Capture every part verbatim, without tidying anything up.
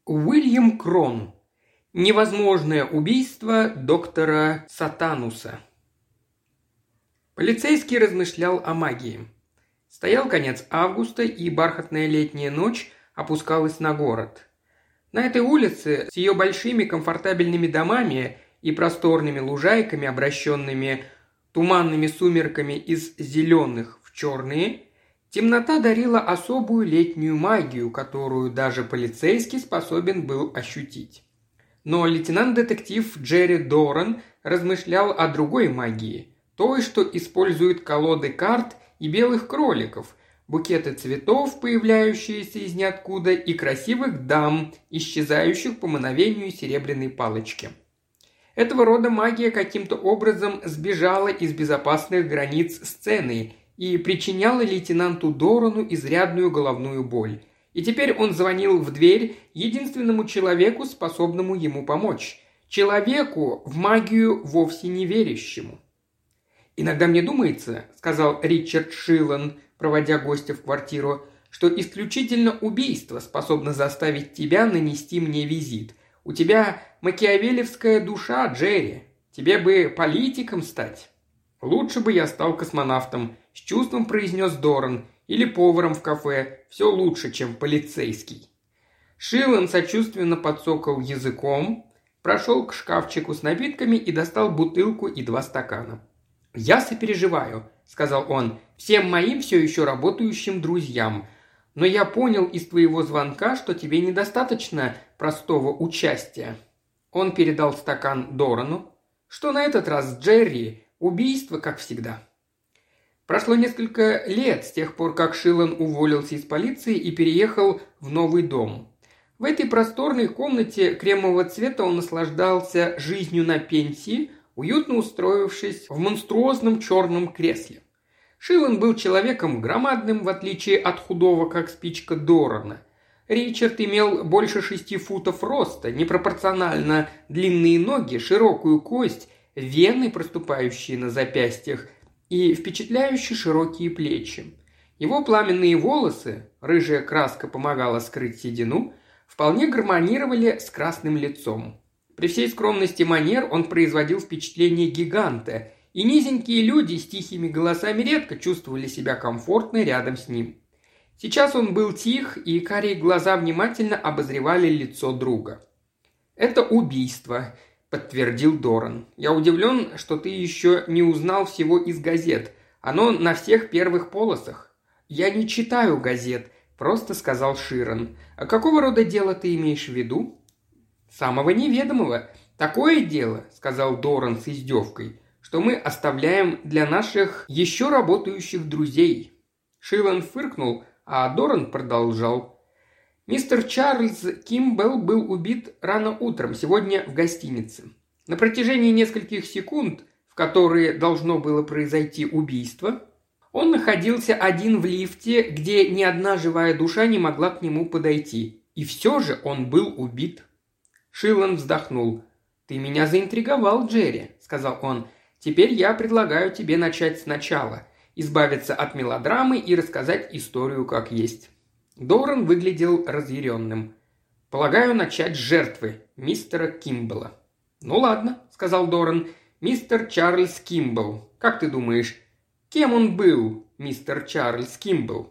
Уильям Крон. Невозможное убийство доктора Сатануса. Полицейский размышлял о магии. Стоял конец августа, и бархатная летняя ночь опускалась на город. На этой улице с ее большими комфортабельными домами и просторными лужайками, обращенными туманными сумерками из зеленых в черные, темнота дарила особую летнюю магию, которую даже полицейский способен был ощутить. Но лейтенант-детектив Джерри Доран размышлял о другой магии, той, что использует колоды карт и белых кроликов, букеты цветов, появляющиеся из ниоткуда, и красивых дам, исчезающих по мановению серебряной палочки. Этого рода магия каким-то образом сбежала из безопасных границ сцены и причиняла лейтенанту Дорану изрядную головную боль. И теперь он звонил в дверь единственному человеку, способному ему помочь. Человеку, в магию вовсе не верящему. «Иногда мне думается, — сказал Ричард Шиллан, проводя гостя в квартиру, — что исключительно убийство способно заставить тебя нанести мне визит. У тебя макиавелевская душа, Джерри. Тебе бы политиком стать». «Лучше бы я стал космонавтом», — с чувством произнес Доран, «или поваром в кафе. Все лучше, чем полицейский». Шиллан сочувственно подсокал языком, прошел к шкафчику с напитками и достал бутылку и два стакана. «Я сопереживаю», — сказал он, — «всем моим все еще работающим друзьям. Но я понял из твоего звонка, что тебе недостаточно простого участия». Он передал стакан Дорану. «Что на этот раз, Джерри? Убийство, как всегда». Прошло несколько лет с тех пор, как Шиллан уволился из полиции и переехал в новый дом. В этой просторной комнате кремового цвета он наслаждался жизнью на пенсии, уютно устроившись в монструозном черном кресле. Шиллан был человеком громадным, в отличие от худого, как спичка, Дорана. Ричард имел больше шести футов роста, непропорционально длинные ноги, широкую кость, вены, проступающие на запястьях, и впечатляющие широкие плечи. Его пламенные волосы, рыжая краска помогала скрыть седину, вполне гармонировали с красным лицом. При всей скромности манер он производил впечатление гиганта, и низенькие люди с тихими голосами редко чувствовали себя комфортно рядом с ним. Сейчас он был тих, и карие глаза внимательно обозревали лицо друга. «Это убийство», — подтвердил Доран. «Я удивлен, что ты еще не узнал всего из газет. Оно на всех первых полосах». «Я не читаю газет», — просто сказал Ширан. «А какого рода дело ты имеешь в виду?» «Самого неведомого. Такое дело», — сказал Доран с издевкой, «что мы оставляем для наших еще работающих друзей». Шиллан фыркнул, а Доран продолжал. «Мистер Чарльз Кимбелл был убит рано утром, сегодня в гостинице. На протяжении нескольких секунд, в которые должно было произойти убийство, он находился один в лифте, где ни одна живая душа не могла к нему подойти. И все же он был убит». Шиллан вздохнул. «Ты меня заинтриговал, Джерри», — сказал он. «Теперь я предлагаю тебе начать сначала, избавиться от мелодрамы и рассказать историю как есть». Доран выглядел разъяренным. «Полагаю, начать с жертвы, мистера Кимбелла». «Ну ладно», — сказал Доран. «Мистер Чарльз Кимбелл. Как ты думаешь, кем он был, мистер Чарльз Кимбелл?»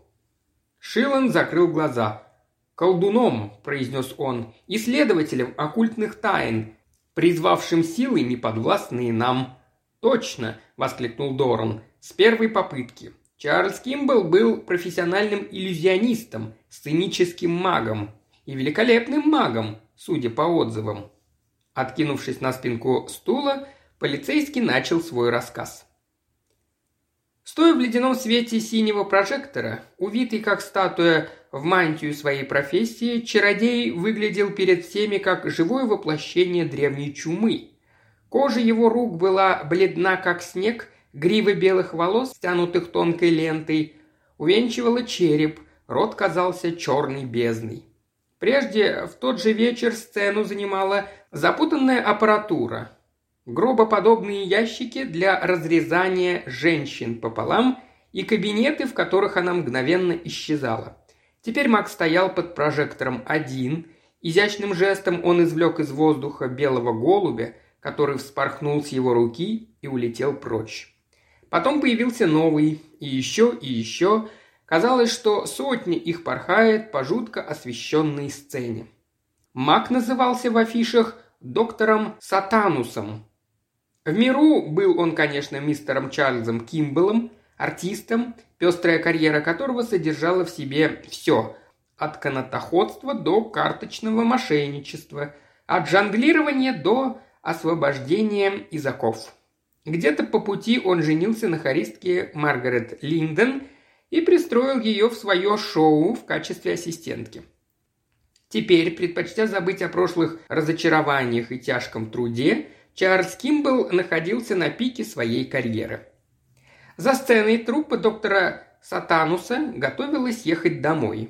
Шиллан закрыл глаза. «Колдуном», — произнес он, — «исследователем оккультных тайн, призвавшим силы, неподвластные нам». «Точно», — воскликнул Доран, — «с первой попытки. Чарльз Кимбелл был профессиональным иллюзионистом, сценическим магом и великолепным магом, судя по отзывам». Откинувшись на спинку стула, полицейский начал свой рассказ. Стоя в ледяном свете синего прожектора, увитый как статуя в мантию своей профессии, чародей выглядел перед всеми как живое воплощение древней чумы. Кожа его рук была бледна как снег, грива белых волос, стянутых тонкой лентой, увенчивала череп, рот казался черной бездной. Прежде, в тот же вечер, сцену занимала запутанная аппаратура. Гробоподобные ящики для разрезания женщин пополам и кабинеты, в которых она мгновенно исчезала. Теперь маг стоял под прожектором один, Изящным жестом он извлек из воздуха белого голубя, который вспорхнул с его руки и улетел прочь. Потом появился новый, и еще, и еще. Казалось, что сотни их порхает по жутко освещенной сцене. Маг назывался в афишах доктором Сатанусом. В миру был он, конечно, мистером Чарльзом Кимблом, артистом, пестрая карьера которого содержала в себе все – от канатоходства до карточного мошенничества, от жонглирования до освобождения из оков. Где-то по пути он женился на хористке Маргарет Линден и пристроил ее в свое шоу в качестве ассистентки. Теперь, предпочтя забыть о прошлых разочарованиях и тяжком труде, Чарльз Кимбл находился на пике своей карьеры. За сценой труппа доктора Сатануса готовилась ехать домой.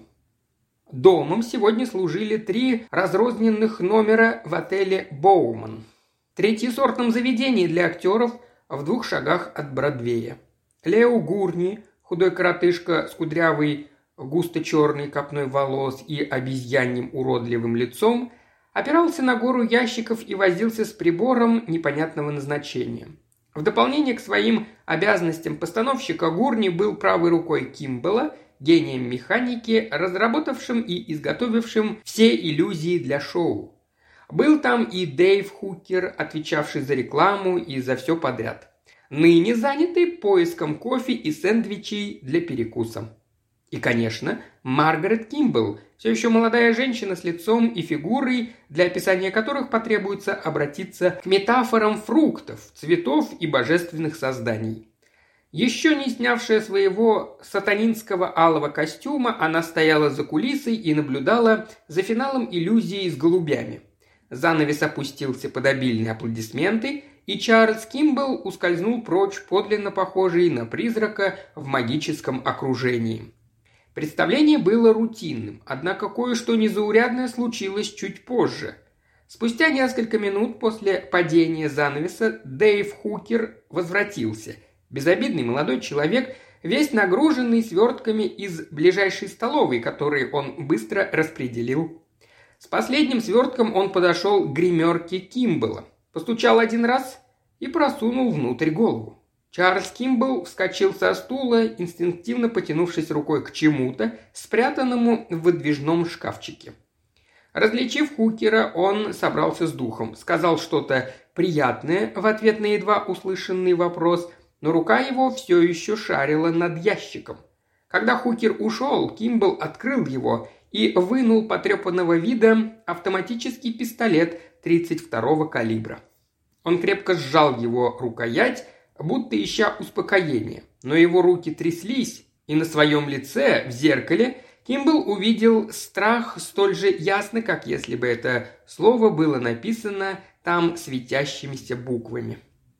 Домом сегодня служили три разрозненных номера в отеле «Боуман», третьесортном заведении для актеров в двух шагах от Бродвея. Лео Гурни, худой коротышка с кудрявой густо-черной копной волос и обезьяньим уродливым лицом, опирался на гору ящиков и возился с прибором непонятного назначения. В дополнение к своим обязанностям постановщика Гурни был правой рукой Кимбела, гением механики, разработавшим и изготовившим все иллюзии для шоу. Был там и Дэйв Хукер, отвечавший за рекламу и за все подряд, ныне занятый поиском кофе и сэндвичей для перекуса. И, конечно, Маргарет Кимбл, все еще молодая женщина с лицом и фигурой, для описания которых потребуется обратиться к метафорам фруктов, цветов и божественных созданий. Еще не снявшая своего сатанинского алого костюма, она стояла за кулисой и наблюдала за финалом иллюзии с голубями. Занавес опустился под обильные аплодисменты, и Чарльз Кимбл ускользнул прочь, подлинно похожий на призрака в магическом окружении. Представление было рутинным, однако кое-что незаурядное случилось чуть позже. Спустя несколько минут после падения занавеса Дэйв Хукер возвратился. Безобидный молодой человек, весь нагруженный свертками из ближайшей столовой, которые он быстро распределил. С последним свертком он подошел к гримерке Кимбела, постучал один раз и просунул внутрь голову. Чарльз Кимбл вскочил со стула, инстинктивно потянувшись рукой к чему-то, спрятанному в выдвижном шкафчике. Различив Хукера, он собрался с духом, сказал что-то приятное в ответ на едва услышанный вопрос, но рука его все еще шарила над ящиком. Когда Хукер ушел, Кимбл открыл его и вынул потрепанного вида автоматический пистолет тридцать второго калибра. Он крепко сжал его рукоять, будто ища успокоения, но его руки тряслись, и на своем лице, в зеркале, Кимбл увидел страх столь же ясно, как если бы это слово было написано там светящимися буквами.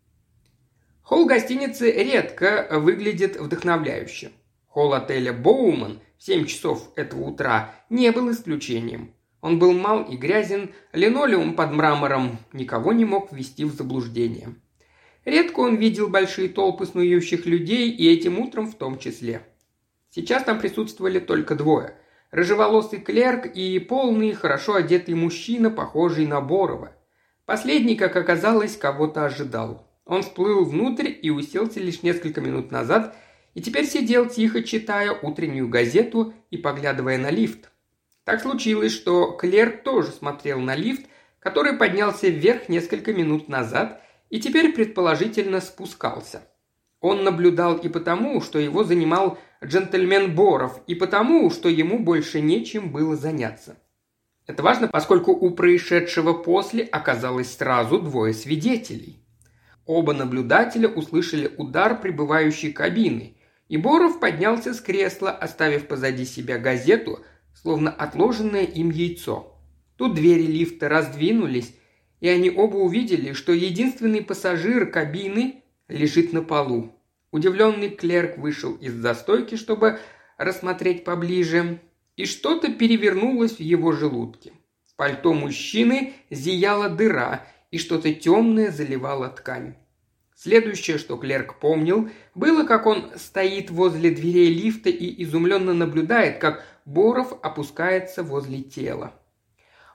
Холл гостиницы редко выглядит вдохновляюще. Холл отеля «Боуман» в семь часов этого утра не был исключением. Он был мал и грязен, линолеум под мрамором никого не мог ввести в заблуждение. Редко он видел большие толпы снующих людей, и этим утром в том числе. Сейчас там присутствовали только двое. Рыжеволосый клерк и полный, хорошо одетый мужчина, похожий на Борова. Последний, как оказалось, кого-то ожидал. Он вплыл внутрь и уселся лишь несколько минут назад, и теперь сидел тихо, читая утреннюю газету и поглядывая на лифт. Так случилось, что клерк тоже смотрел на лифт, который поднялся вверх несколько минут назад и теперь предположительно спускался. Он наблюдал и потому, что его занимал джентльмен Боров, и потому, что ему больше нечем было заняться. Это важно, поскольку у происшедшего после оказалось сразу двое свидетелей. Оба наблюдателя услышали удар прибывающей кабины, и Боров поднялся с кресла, оставив позади себя газету, словно отложенное им яйцо. Тут двери лифта раздвинулись, и они оба увидели, что единственный пассажир кабины лежит на полу. Удивленный клерк вышел из застойки, чтобы рассмотреть поближе, и что-то перевернулось в его желудке. В пальто мужчины зияла дыра, и что-то темное заливало ткань. Следующее, что клерк помнил, было, как он стоит возле дверей лифта и изумленно наблюдает, как Боров опускается возле тела.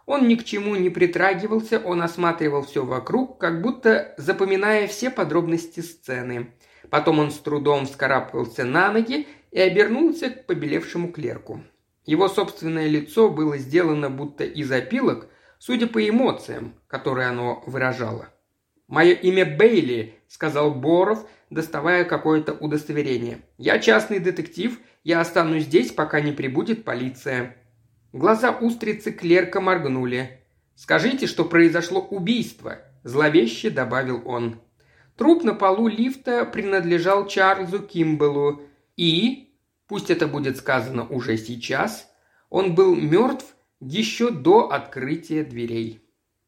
Он ни к чему не притрагивался, он осматривал все вокруг, как будто запоминая все подробности сцены. Потом он с трудом вскарабкался на ноги и обернулся к побелевшему клерку. Его собственное лицо было сделано будто из опилок, судя по эмоциям, которые оно выражало. «Мое имя Бейли», — сказал Боров, доставая какое-то удостоверение. «Я частный детектив, я останусь здесь, пока не прибудет полиция». Глаза устрицы клерка моргнули. «Скажите, что произошло убийство», – зловеще добавил он. Труп на полу лифта принадлежал Чарльзу Кимбеллу, и, пусть это будет сказано уже сейчас, он был мертв еще до открытия дверей.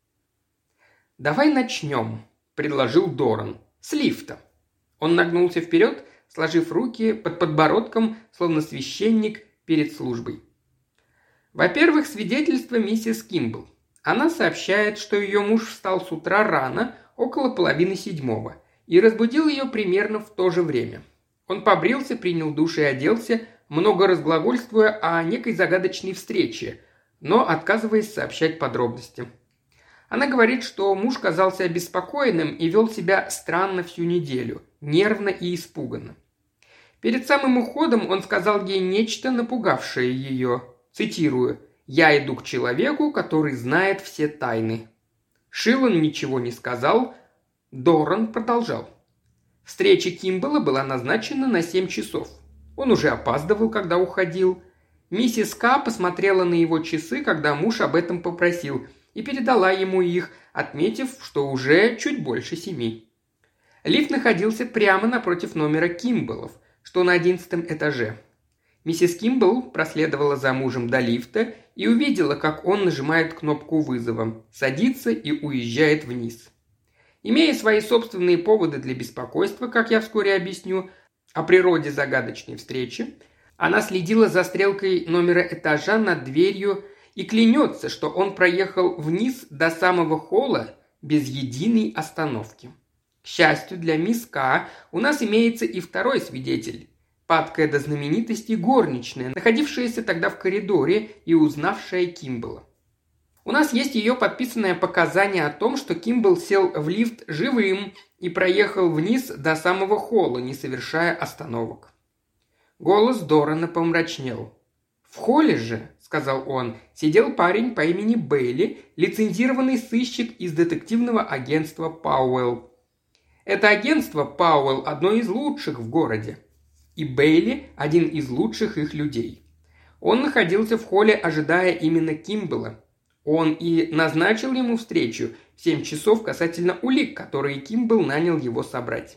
«Давай начнем», – предложил Доран, – «с лифта». Он нагнулся вперед, сложив руки под подбородком, словно священник перед службой. Во-первых, свидетельство миссис Кимбл. Она сообщает, что ее муж встал с утра рано, около половины седьмого, и разбудил ее примерно в то же время. Он побрился, принял душ и оделся, много разглагольствуя о некой загадочной встрече, но отказываясь сообщать подробности. Она говорит, что муж казался обеспокоенным и вел себя странно всю неделю, нервно и испуганно. Перед самым уходом он сказал ей нечто, напугавшее ее. Цитирую: «Я иду к человеку, который знает все тайны». Шиллан ничего не сказал. Доран продолжал. Встреча Кимбелла была назначена на семь часов. Он уже опаздывал, когда уходил. Миссис К. посмотрела на его часы, когда муж об этом попросил, и передала ему их, отметив, что уже чуть больше семи. Лифт находился прямо напротив номера Кимбеллов, что на одиннадцатом этаже. Миссис Кимбелл проследовала за мужем до лифта и увидела, как он нажимает кнопку вызова, садится и уезжает вниз. Имея свои собственные поводы для беспокойства, как я вскоре объясню, о природе загадочной встречи, она следила за стрелкой номера этажа над дверью и клянется, что он проехал вниз до самого холла без единой остановки. К счастью для мисс К, у нас имеется и второй свидетель, падкая до знаменитости горничная, находившаяся тогда в коридоре и узнавшая Кимбелла. У нас есть ее подписанное показание о том, что Кимбелл сел в лифт живым и проехал вниз до самого холла, не совершая остановок. Голос Дорана помрачнел. «В холле же, — сказал он, — сидел парень по имени Бейли, лицензированный сыщик из детективного агентства Пауэлл. Это агентство Пауэлл одно из лучших в городе. И Бейли – один из лучших их людей. Он находился в холле, ожидая именно Кимбелла. Он и назначил ему встречу в семь часов касательно улик, которые Кимбелл нанял его собрать.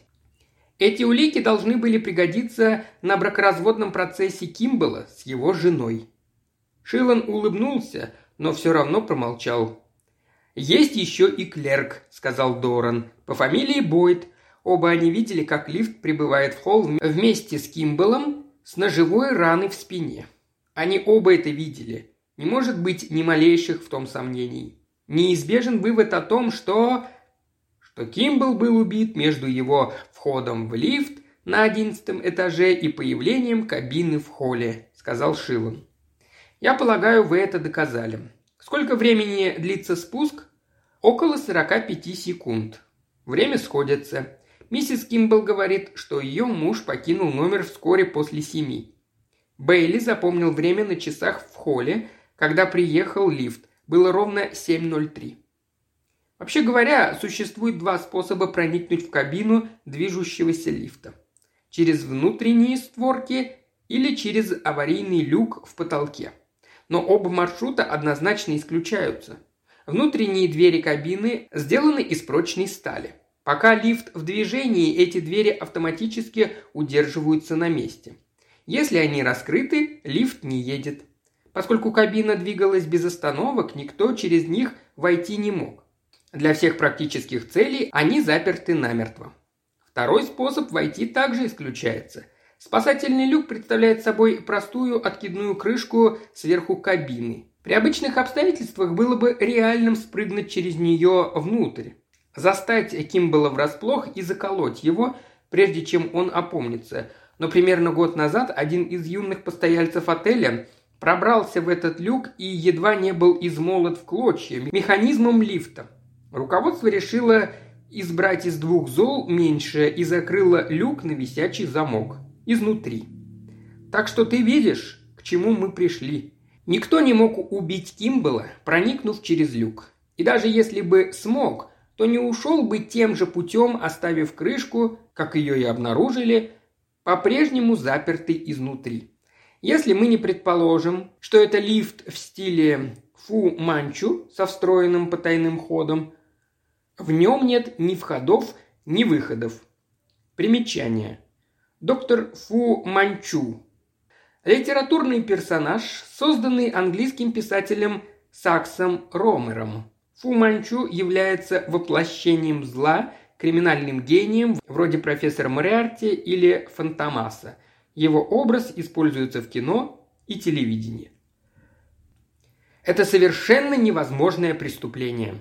Эти улики должны были пригодиться на бракоразводном процессе Кимбелла с его женой». Шиллан улыбнулся, но все равно промолчал. «Есть еще и клерк», – сказал Доран, – «по фамилии Бойд. Оба они видели, как лифт прибывает в холл вместе с Кимбеллом с ножевой раной в спине. Они оба это видели. Не может быть ни малейших в том сомнений. Неизбежен вывод о том, что... что Кимбелл был убит между его входом в лифт на одиннадцатом этаже и появлением кабины в холле», – сказал Шиллан. «Я полагаю, вы это доказали. Сколько времени длится спуск?» «Около сорока пяти секунд. Время сходится. Миссис Кимбелл говорит, что ее муж покинул номер вскоре после семи. Бейли запомнил время на часах в холле, когда приехал лифт. Было ровно семь ноль три. Вообще говоря, существует два способа проникнуть в кабину движущегося лифта. Через внутренние створки или через аварийный люк в потолке. Но оба маршрута однозначно исключаются. Внутренние двери кабины сделаны из прочной стали. Пока лифт в движении, эти двери автоматически удерживаются на месте. Если они раскрыты, лифт не едет. Поскольку кабина двигалась без остановок, никто через них войти не мог. Для всех практических целей они заперты намертво. Второй способ войти также исключается. Спасательный люк представляет собой простую откидную крышку сверху кабины. При обычных обстоятельствах было бы реальным спрыгнуть через нее внутрь, застать Кимбелла врасплох и заколоть его, прежде чем он опомнится. Но примерно год назад один из юных постояльцев отеля пробрался в этот люк и едва не был измолот в клочья механизмом лифта. Руководство решило избрать из двух зол меньшее и закрыло люк на висячий замок. Изнутри. Так что ты видишь, к чему мы пришли. Никто не мог убить Кимбала, проникнув через люк. И даже если бы смог, то не ушел бы тем же путем, оставив крышку, как ее и обнаружили, по-прежнему запертой изнутри. Если мы не предположим, что это лифт в стиле Фу Манчу со встроенным потайным ходом, в нем нет ни входов, ни выходов. Примечание. Доктор Фу Манчу. Литературный персонаж, созданный английским писателем Саксом Ромером. Фу Манчу является воплощением зла, криминальным гением, вроде профессора Мориарти или Фантомаса. Его образ используется в кино и телевидении. Это совершенно невозможное преступление.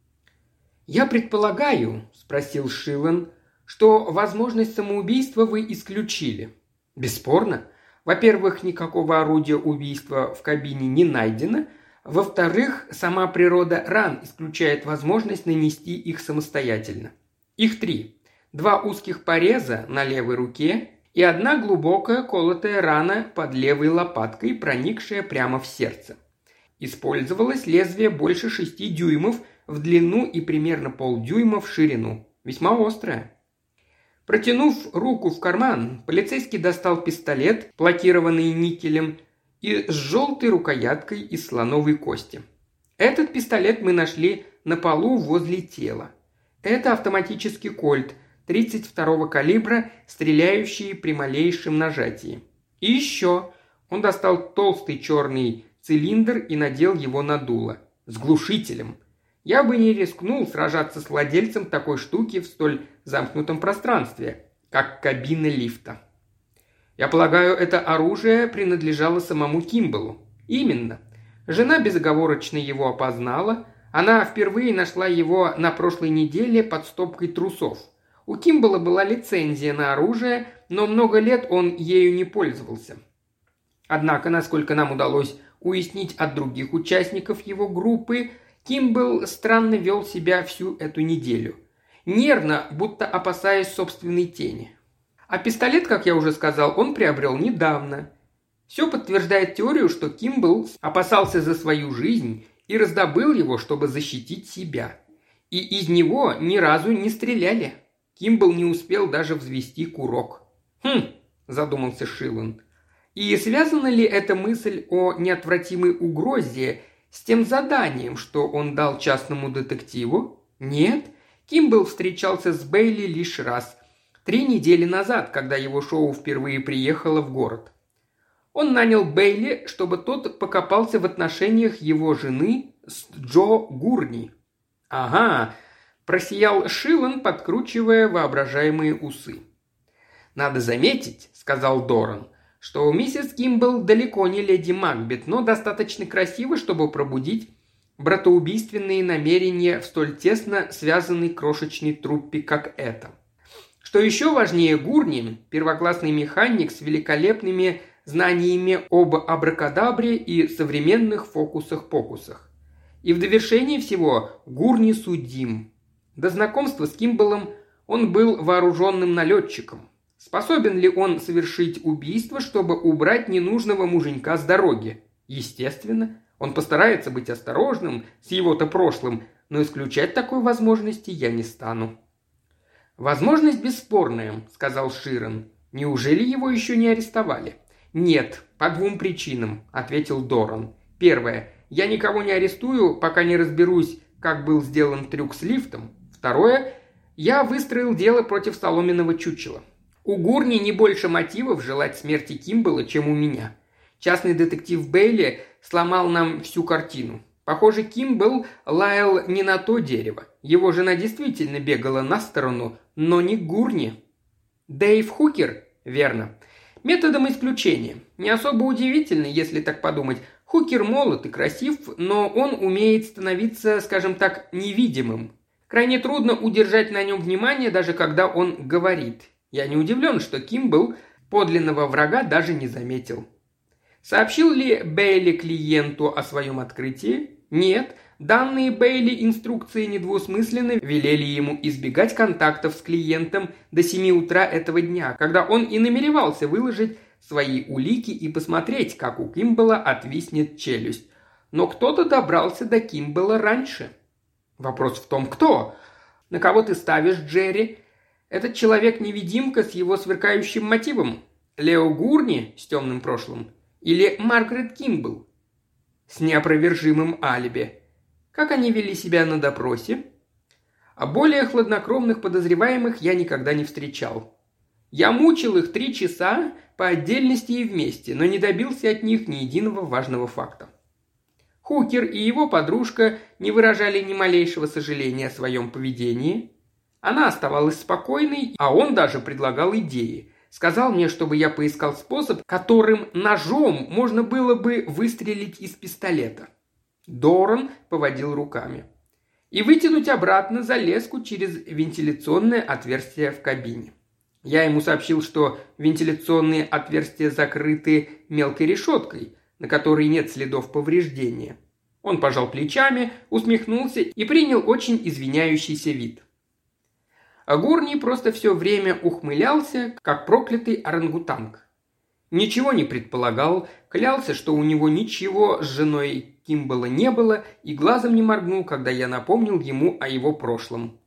«Я предполагаю, – спросил Шиллен, – что возможность самоубийства вы исключили». «Бесспорно. Во-первых, никакого орудия убийства в кабине не найдено. Во-вторых, сама природа ран исключает возможность нанести их самостоятельно. Их три. Два узких пореза на левой руке и одна глубокая колотая рана под левой лопаткой, проникшая прямо в сердце. Использовалось лезвие больше шести дюймов в длину и примерно полдюйма в ширину. Весьма острое. Протянув руку в карман, полицейский достал пистолет, блокированный никелем, и с желтой рукояткой из слоновой кости. Этот пистолет мы нашли на полу возле тела. Это автоматический кольт тридцать второго калибра, стреляющий при малейшем нажатии. И еще он достал толстый черный цилиндр и надел его на дуло. С глушителем. Я бы не рискнул сражаться с владельцем такой штуки в столь замкнутом пространстве, как кабина лифта. Я полагаю, это оружие принадлежало самому Кимбалу. Именно. Жена безоговорочно его опознала. Она впервые нашла его на прошлой неделе под стопкой трусов. У Кимбала была лицензия на оружие, но много лет он ею не пользовался. Однако, насколько нам удалось уяснить от других участников его группы, Кимбал странно вел себя всю эту неделю. Нервно, будто опасаясь собственной тени. А пистолет, как я уже сказал, он приобрел недавно. Все подтверждает теорию, что Кимбал опасался за свою жизнь и раздобыл его, чтобы защитить себя. И из него ни разу не стреляли. Кимбал не успел даже взвести курок. «Хм», – задумался Шиллен. «И связана ли эта мысль о неотвратимой угрозе с тем заданием, что он дал частному детективу? Нет. Кимбал встречался с Бейли лишь раз. Три недели назад, когда его шоу впервые приехало в город. Он нанял Бейли, чтобы тот покопался в отношениях его жены с Джо Гурни». «Ага», – просиял Шиллен, подкручивая воображаемые усы. «Надо заметить», – сказал Доран, – что миссис Кимбал далеко не леди Макбет, но достаточно красива, чтобы пробудить братоубийственные намерения в столь тесно связанной крошечной труппе, как эта. Что еще важнее, Гурни – первоклассный механик с великолепными знаниями об абракадабре и современных фокусах-покусах. И в довершении всего Гурни судим. До знакомства с Кимбалом он был вооруженным налетчиком. Способен ли он совершить убийство, чтобы убрать ненужного муженька с дороги? Естественно. Он постарается быть осторожным с его-то прошлым, но исключать такой возможности я не стану. «Возможность бесспорная», – сказал Ширен. «Неужели его еще не арестовали?» «Нет, по двум причинам», – ответил Доран. «Первое. Я никого не арестую, пока не разберусь, как был сделан трюк с лифтом. Второе. Я выстроил дело против соломенного чучела. У Гурни не больше мотивов желать смерти Кимбала, чем у меня. Частный детектив Бейли сломал нам всю картину. Похоже, Кимбал лаял не на то дерево. Его жена действительно бегала на сторону, но не Гурни. Дэйв Хукер? Верно. Методом исключения. Не особо удивительно, если так подумать. Хукер молод и красив, но он умеет становиться, скажем так, невидимым. Крайне трудно удержать на нем внимание, даже когда он говорит. Я не удивлен, что Кимбал подлинного врага даже не заметил. Сообщил ли Бейли клиенту о своем открытии? Нет. Данные Бейли инструкции недвусмысленно велели ему избегать контактов с клиентом до семи утра этого дня, когда он и намеревался выложить свои улики и посмотреть, как у Кимбала отвиснет челюсть. Но кто-то добрался до Кимбала раньше. Вопрос в том, кто? На кого ты ставишь, Джерри? Этот человек-невидимка с его сверкающим мотивом? Лео Гурни с темным прошлым? Или Маргарет Кимбал с неопровержимым алиби? Как они вели себя на допросе? А более хладнокровных подозреваемых я никогда не встречал. Я мучил их три часа по отдельности и вместе, но не добился от них ни единого важного факта. Хукер и его подружка не выражали ни малейшего сожаления о своем поведении. Она оставалась спокойной, а он даже предлагал идеи. Сказал мне, чтобы я поискал способ, которым ножом можно было бы выстрелить из пистолета. Доран поводил руками. И вытянуть обратно за леску через вентиляционное отверстие в кабине. Я ему сообщил, что вентиляционные отверстия закрыты мелкой решеткой, на которой нет следов повреждения. Он пожал плечами, усмехнулся и принял очень извиняющийся вид. А Гурни просто все время ухмылялся, как проклятый орангутанг. Ничего не предполагал, клялся, что у него ничего с женой Кимбала не было, и глазом не моргнул, когда я напомнил ему о его прошлом.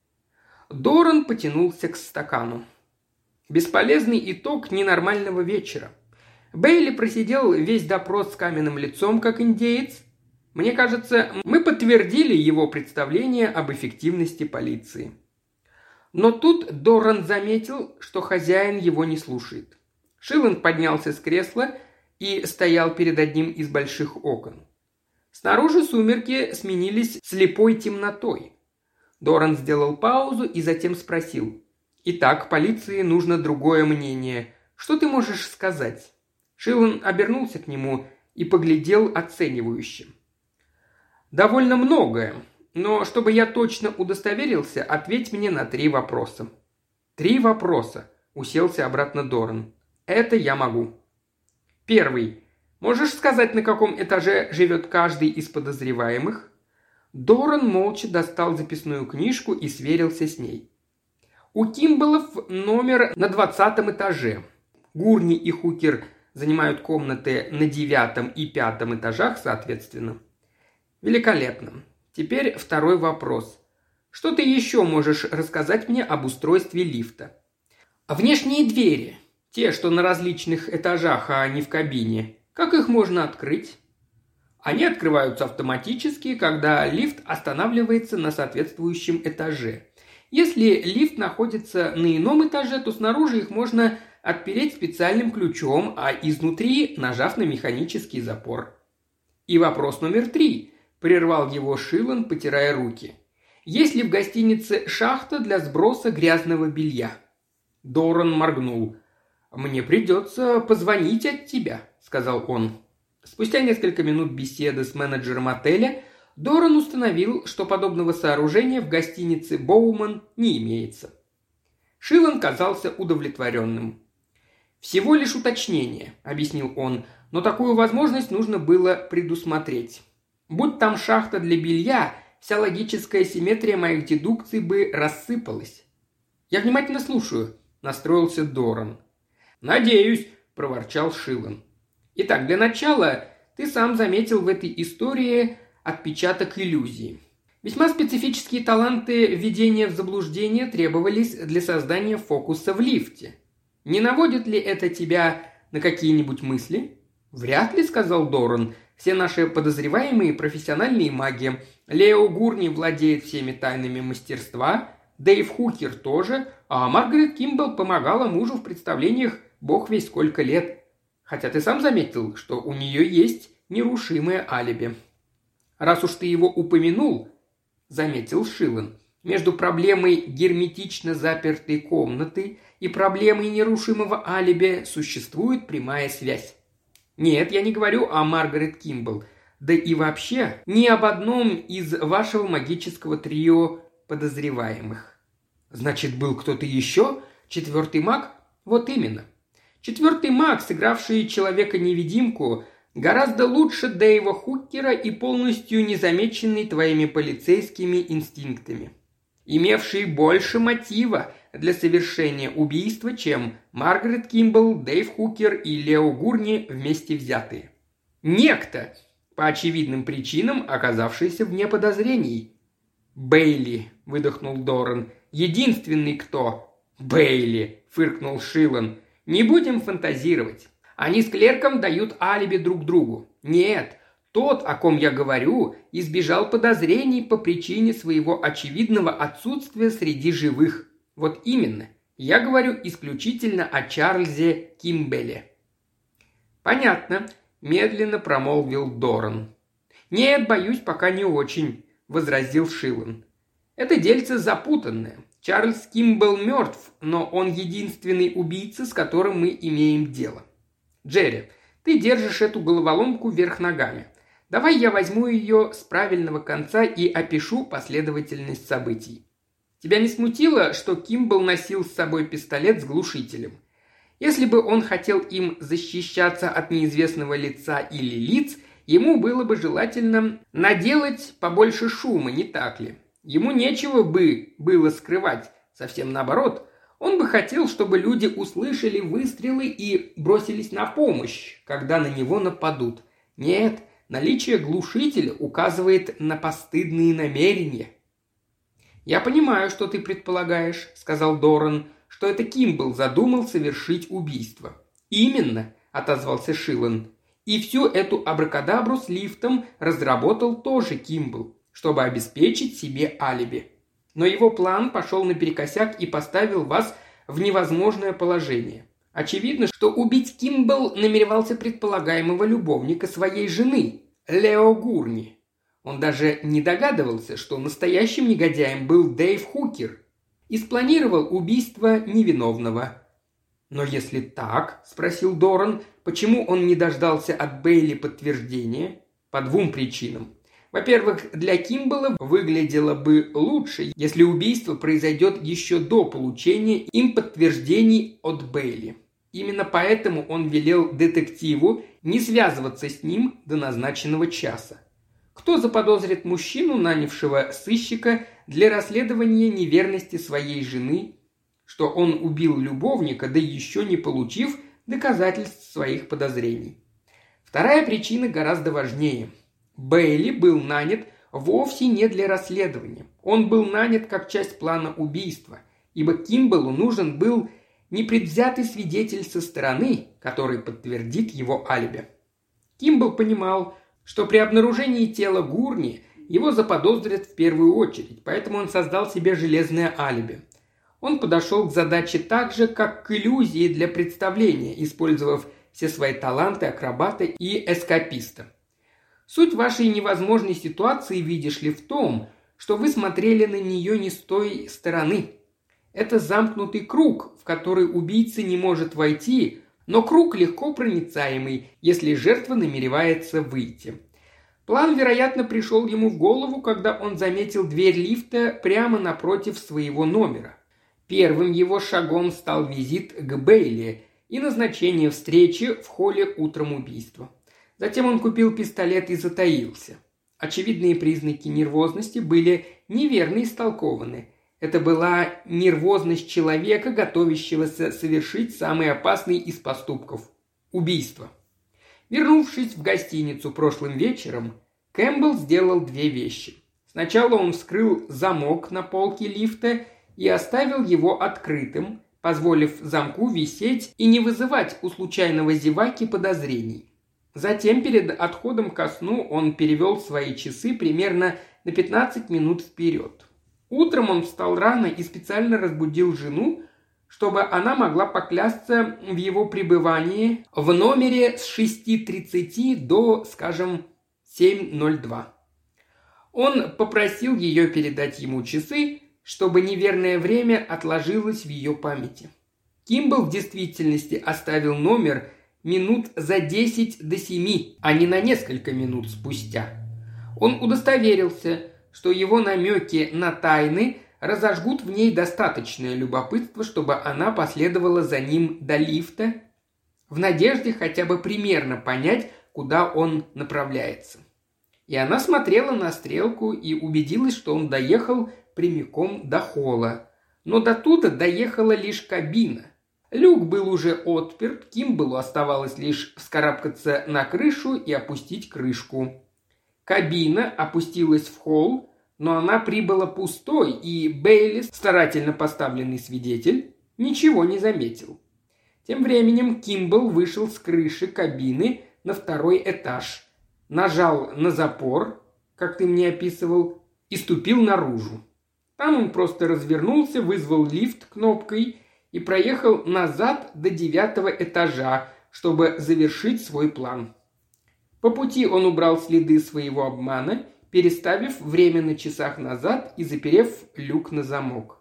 Доран потянулся к стакану. Бесполезный итог ненормального вечера. Бейли просидел весь допрос с каменным лицом, как индеец. Мне кажется, мы подтвердили его представление об эффективности полиции. Но тут Доран заметил, что хозяин его не слушает. Шилланд поднялся с кресла и стоял перед одним из больших окон. Снаружи сумерки сменились слепой темнотой. Доран сделал паузу и затем спросил: «Итак, полиции нужно другое мнение. Что ты можешь сказать?» Шилланд обернулся к нему и поглядел оценивающе. «Довольно многое. Но чтобы я точно удостоверился, ответь мне на три вопроса». «Три вопроса», — уселся обратно Доран. «Это я могу». Первый. Можешь сказать, на каком этаже живет каждый из подозреваемых? Доран молча достал записную книжку и сверился с ней. У Кимбалов номер на двадцатом этаже. Гурни и Хукер занимают комнаты на девятом и пятом этажах, соответственно. Великолепно. Теперь второй вопрос. Что ты еще можешь рассказать мне об устройстве лифта? Внешние двери, те, что на различных этажах, а не в кабине, как их можно открыть? Они открываются автоматически, когда лифт останавливается на соответствующем этаже. Если лифт находится на ином этаже, то снаружи их можно отпереть специальным ключом, а изнутри нажав на механический запор. И вопрос номер три. Прервал его Шилланд, потирая руки. Есть ли в гостинице шахта для сброса грязного белья? Доран моргнул. «Мне придется позвонить от тебя», — сказал он. Спустя несколько минут беседы с менеджером отеля Доран установил, что подобного сооружения в гостинице «Боуман» не имеется. Шилланд казался удовлетворенным. «Всего лишь уточнение», — объяснил он, — «но такую возможность нужно было предусмотреть. Будь там шахта для белья, вся логическая симметрия моих дедукций бы рассыпалась». «Я внимательно слушаю», — настроился Доран. «Надеюсь», — проворчал Шилланд. «Итак, для начала ты сам заметил в этой истории отпечаток иллюзии. Весьма специфические таланты введения в заблуждение требовались для создания фокуса в лифте. Не наводит ли это тебя на какие-нибудь мысли?» «Вряд ли», — сказал Доран. «Все наши подозреваемые профессиональные маги. Лео Гурни владеет всеми тайнами мастерства, Дэйв Хукер тоже, а Маргарет Кимбал помогала мужу в представлениях бог весть сколько лет. Хотя ты сам заметил, что у нее есть нерушимое алиби». «Раз уж ты его упомянул», — заметил Шилланд, — «между проблемой герметично запертой комнаты и проблемой нерушимого алиби существует прямая связь. Нет, я не говорю о Маргарет Кимбал, да и вообще ни об одном из вашего магического трио подозреваемых». «Значит, был кто-то еще? Четвертый маг?» «Вот именно. Четвертый маг, сыгравший человека-невидимку, Гораздо лучше Дэйва Хукера и полностью незамеченный твоими полицейскими инстинктами. Имевший больше мотива для совершения убийства, чем Маргарет Кимбл, Дэйв Хукер и Лео Гурни вместе взятые. Некто, по очевидным причинам, оказавшийся вне подозрений. «Бейли», – выдохнул Доран, – «единственный кто». «Бейли», – фыркнул Шиллан, – «не будем фантазировать. Они с клерком дают алиби друг другу. Нет, тот, о ком я говорю, избежал подозрений по причине своего очевидного отсутствия среди живых. Вот именно, я говорю исключительно о Чарльзе Кимбеле». «Понятно», – медленно промолвил Доран. «Нет, боюсь, пока не очень», – возразил Шиллан. «Это дельце запутанное. Чарльз Кимбел мертв, но он единственный убийца, с которым мы имеем дело. Джерри, ты держишь эту головоломку вверх ногами. Давай я возьму ее с правильного конца и опишу последовательность событий. Тебя не смутило, что Кимбел носил с собой пистолет с глушителем? Если бы он хотел им защищаться от неизвестного лица или лиц, ему было бы желательно наделать побольше шума, не так ли? Ему нечего бы было скрывать, совсем наоборот. Он бы хотел, чтобы люди услышали выстрелы и бросились на помощь, когда на него нападут. Нет, наличие глушителя указывает на постыдные намерения. «Я понимаю, что ты предполагаешь», — сказал Доран, — «что это Кимбел задумал совершить убийство». «Именно», — отозвался Шиллан. «И всю эту абракадабру с лифтом разработал тоже Кимбел, чтобы обеспечить себе алиби. Но его план пошел наперекосяк и поставил вас в невозможное положение. Очевидно, что убить Кимбел намеревался предполагаемого любовника своей жены, Лео Гурни. Он даже не догадывался, что настоящим негодяем был Дэйв Хукер, и спланировал убийство невиновного». «Но если так, — спросил Доран, — почему он не дождался от Бейли подтверждения?» «По двум причинам. Во-первых, для Кимбела выглядело бы лучше, если убийство произойдет еще до получения им подтверждений от Бейли. Именно поэтому он велел детективу не связываться с ним до назначенного часа. Кто заподозрит мужчину, нанявшего сыщика для расследования неверности своей жены, что он убил любовника, да еще не получив доказательств своих подозрений? Вторая причина гораздо важнее. Бейли был нанят вовсе не для расследования. Он был нанят как часть плана убийства, ибо Кимбелу нужен был непредвзятый свидетель со стороны, который подтвердит его алиби. Кимбел понимал, что при обнаружении тела Гурни его заподозрят в первую очередь, поэтому он создал себе железное алиби. Он подошел к задаче так же, как к иллюзии для представления, использовав все свои таланты акробата и эскаписта. Суть вашей невозможной ситуации, видишь ли, в том, что вы смотрели на нее не с той стороны. Это замкнутый круг, в который убийца не может войти, но круг легко проницаемый, если жертва намеревается выйти. План, вероятно, пришел ему в голову, когда он заметил дверь лифта прямо напротив своего номера. Первым его шагом стал визит к Бейли и назначение встречи в холле утром убийства. Затем он купил пистолет и затаился. Очевидные признаки нервозности были неверно истолкованы. Это была нервозность человека, готовящегося совершить самый опасный из поступков – убийство. Вернувшись в гостиницу прошлым вечером, Кэмпбелл сделал две вещи. Сначала он вскрыл замок на полке лифта и оставил его открытым, позволив замку висеть и не вызывать у случайного зеваки подозрений. Затем, перед отходом ко сну, он перевел свои часы примерно на пятнадцать минут вперед. Утром он встал рано и специально разбудил жену, чтобы она могла поклясться в его пребывании в номере с шести тридцати до, скажем, семь ноль два. Он попросил ее передать ему часы, чтобы неверное время отложилось в ее памяти. Кимбел в действительности оставил номер минут за десять до семи, а не на несколько минут спустя. Он удостоверился, что его намеки на тайны разожгут в ней достаточное любопытство, чтобы она последовала за ним до лифта, в надежде хотя бы примерно понять, куда он направляется. И она смотрела на стрелку и убедилась, что он доехал прямиком до холла. Но до туда доехала лишь кабина. Люк был уже отперт, Кимблу оставалось лишь вскарабкаться на крышу и опустить крышку. Кабина опустилась в холл, но она прибыла пустой, и Бейли, старательно поставленный свидетель, ничего не заметил. Тем временем Кимбл вышел с крыши кабины на второй этаж, нажал на запор, как ты мне описывал, и ступил наружу. Там он просто развернулся, вызвал лифт кнопкой и проехал назад до девятого этажа, чтобы завершить свой план. По пути он убрал следы своего обмана, переставив время на часах назад и заперев люк на замок.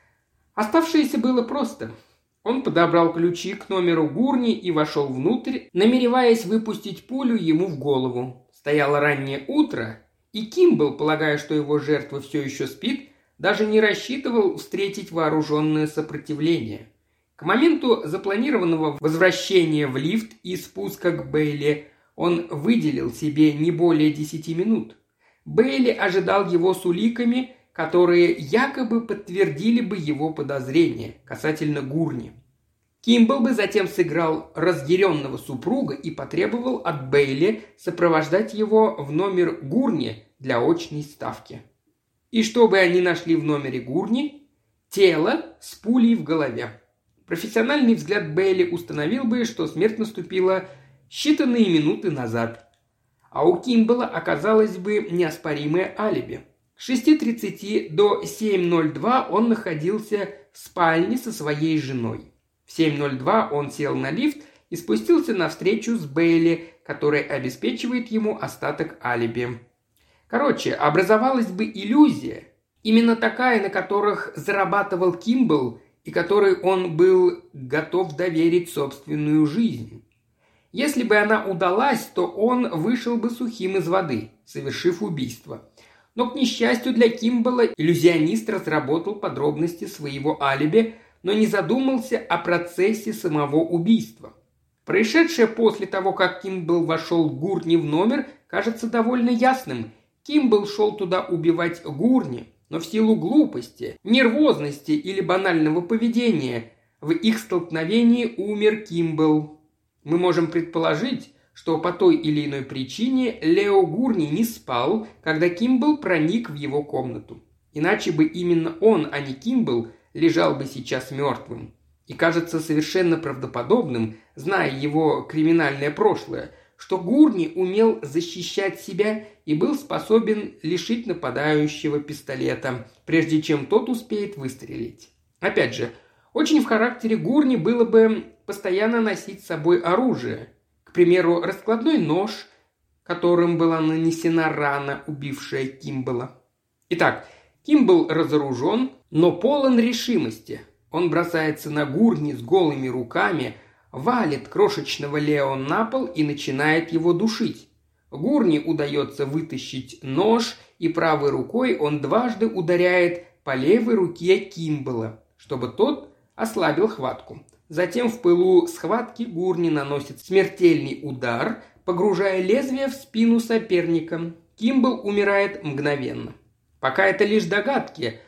Оставшееся было просто. Он подобрал ключи к номеру Гурни и вошел внутрь, намереваясь выпустить пулю ему в голову. Стояло раннее утро, и Кимбл, полагая, что его жертва все еще спит, даже не рассчитывал встретить вооруженное сопротивление. К моменту запланированного возвращения в лифт и спуска к Бейли он выделил себе не более десяти минут. Бейли ожидал его с уликами, которые якобы подтвердили бы его подозрения касательно Гурни. Кимбл бы затем сыграл разъяренного супруга и потребовал от Бейли сопровождать его в номер Гурни для очной ставки. И что бы они нашли в номере Гурни? Тело с пулей в голове. Профессиональный взгляд Бейли установил бы, что смерть наступила считанные минуты назад. А у Кимбла оказалось бы неоспоримое алиби. С шести тридцати до семи ноль два он находился в спальне со своей женой. В семь ноль два он сел на лифт и спустился на встречу с Бейли, который обеспечивает ему остаток алиби. Короче, образовалась бы иллюзия, именно такая, на которых зарабатывал Кимбл и которой он был готов доверить собственную жизнь. Если бы она удалась, то он вышел бы сухим из воды, совершив убийство. Но, к несчастью для Кимбла, иллюзионист разработал подробности своего алиби, но не задумался о процессе самого убийства. Происшедшее после того, как Кимбл вошел Гурни в номер, кажется довольно ясным. Кимбл шел туда убивать Гурни, но в силу глупости, нервозности или банального поведения в их столкновении умер Кимбл. Мы можем предположить, что по той или иной причине Лео Гурни не спал, когда Кимбл проник в его комнату. Иначе бы именно он, а не Кимбл, лежал бы сейчас мертвым. И кажется совершенно правдоподобным, зная его криминальное прошлое, что Гурни умел защищать себя и был способен лишить нападающего пистолета, прежде чем тот успеет выстрелить. Опять же, очень в характере Гурни было бы постоянно носить с собой оружие. К примеру, раскладной нож, которым была нанесена рана, убившая Кимбла. Итак, Кимбл разоружен, но полон решимости. Он бросается на Гурни с голыми руками, валит крошечного Лео на пол и начинает его душить. Гурни удается вытащить нож, и правой рукой он дважды ударяет по левой руке Кимбла, чтобы тот ослабил хватку. Затем в пылу схватки Гурни наносит смертельный удар, погружая лезвие в спину соперника. Кимбл умирает мгновенно. Пока это лишь догадки,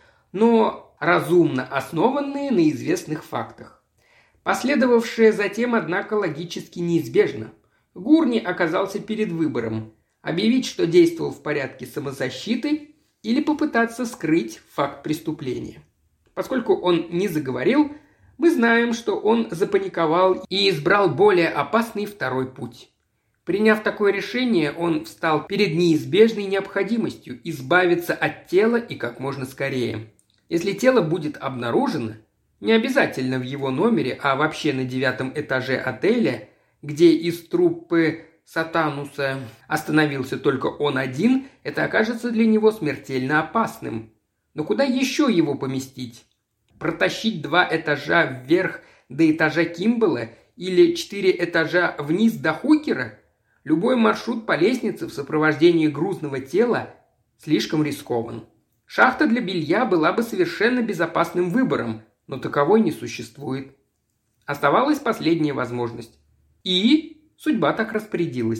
но разумно основанные на известных фактах. Последовавшее затем, однако, логически неизбежно. Гурни оказался перед выбором – объявить, что действовал в порядке самозащиты, или попытаться скрыть факт преступления. Поскольку он не заговорил, мы знаем, что он запаниковал и избрал более опасный второй путь. Приняв такое решение, он встал перед неизбежной необходимостью избавиться от тела и как можно скорее. Если тело будет обнаружено, не обязательно в его номере, а вообще на девятом этаже отеля, где из труппы Сатануса остановился только он один, это окажется для него смертельно опасным. Но куда еще его поместить? Протащить два этажа вверх до этажа Кимбла или четыре этажа вниз до Хукера? Любой маршрут по лестнице в сопровождении грузного тела слишком рискован. Шахта для белья была бы совершенно безопасным выбором, но таковой не существует. Оставалась последняя возможность. И судьба так распорядилась.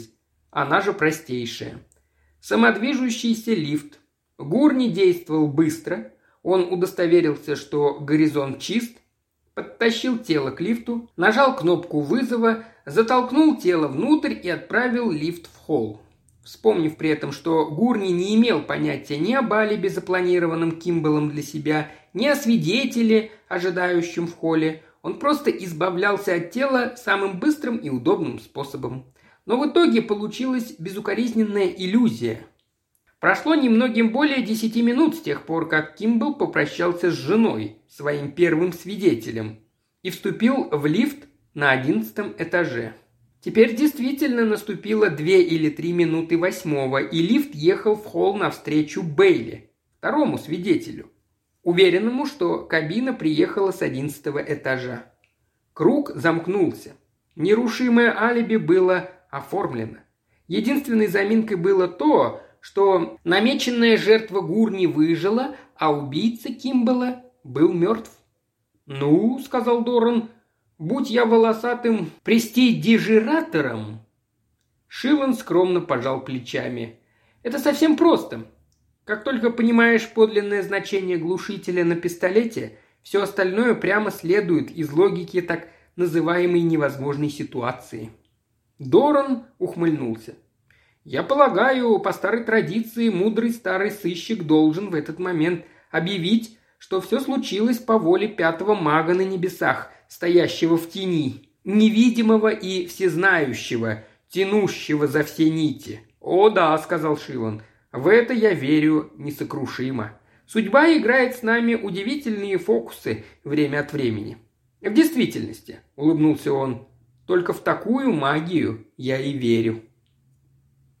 она же простейшая. Самодвижущийся лифт. Гурни действовал быстро. Он удостоверился, что горизонт чист, подтащил тело к лифту, нажал кнопку вызова, затолкнул тело внутрь и отправил лифт в холл. Вспомнив при этом, что Гурни не имел понятия ни об алиби, запланированном Кимбалом для себя, ни о свидетеле, ожидающем в холле, он просто избавлялся от тела самым быстрым и удобным способом. Но в итоге получилась безукоризненная иллюзия. Прошло немногим более десяти минут с тех пор, как Кимбал попрощался с женой, своим первым свидетелем, и вступил в лифт на одиннадцатом этаже. Теперь действительно наступило две или три минуты восьмого, и лифт ехал в холл навстречу Бейли, второму свидетелю, уверенному, что кабина приехала с одиннадцатого этажа. Круг замкнулся. Нерушимое алиби было оформлено. Единственной заминкой было то, что намеченная жертва Гурни выжила, а убийца Кимбала был мертв. «Ну, — сказал Доран, — будь я волосатым престидижиратором». Шиван скромно пожал плечами. «Это совсем просто. Как только понимаешь подлинное значение глушителя на пистолете, все остальное прямо следует из логики так называемой невозможной ситуации». Доран ухмыльнулся. «Я полагаю, по старой традиции мудрый старый сыщик должен в этот момент объявить, что все случилось по воле пятого мага на небесах, стоящего в тени, невидимого и всезнающего, тянущего за все нити». «О да», — сказал Шиван, — «в это я верю несокрушимо. Судьба играет с нами удивительные фокусы время от времени». «В действительности», — улыбнулся он, — «только в такую магию я и верю».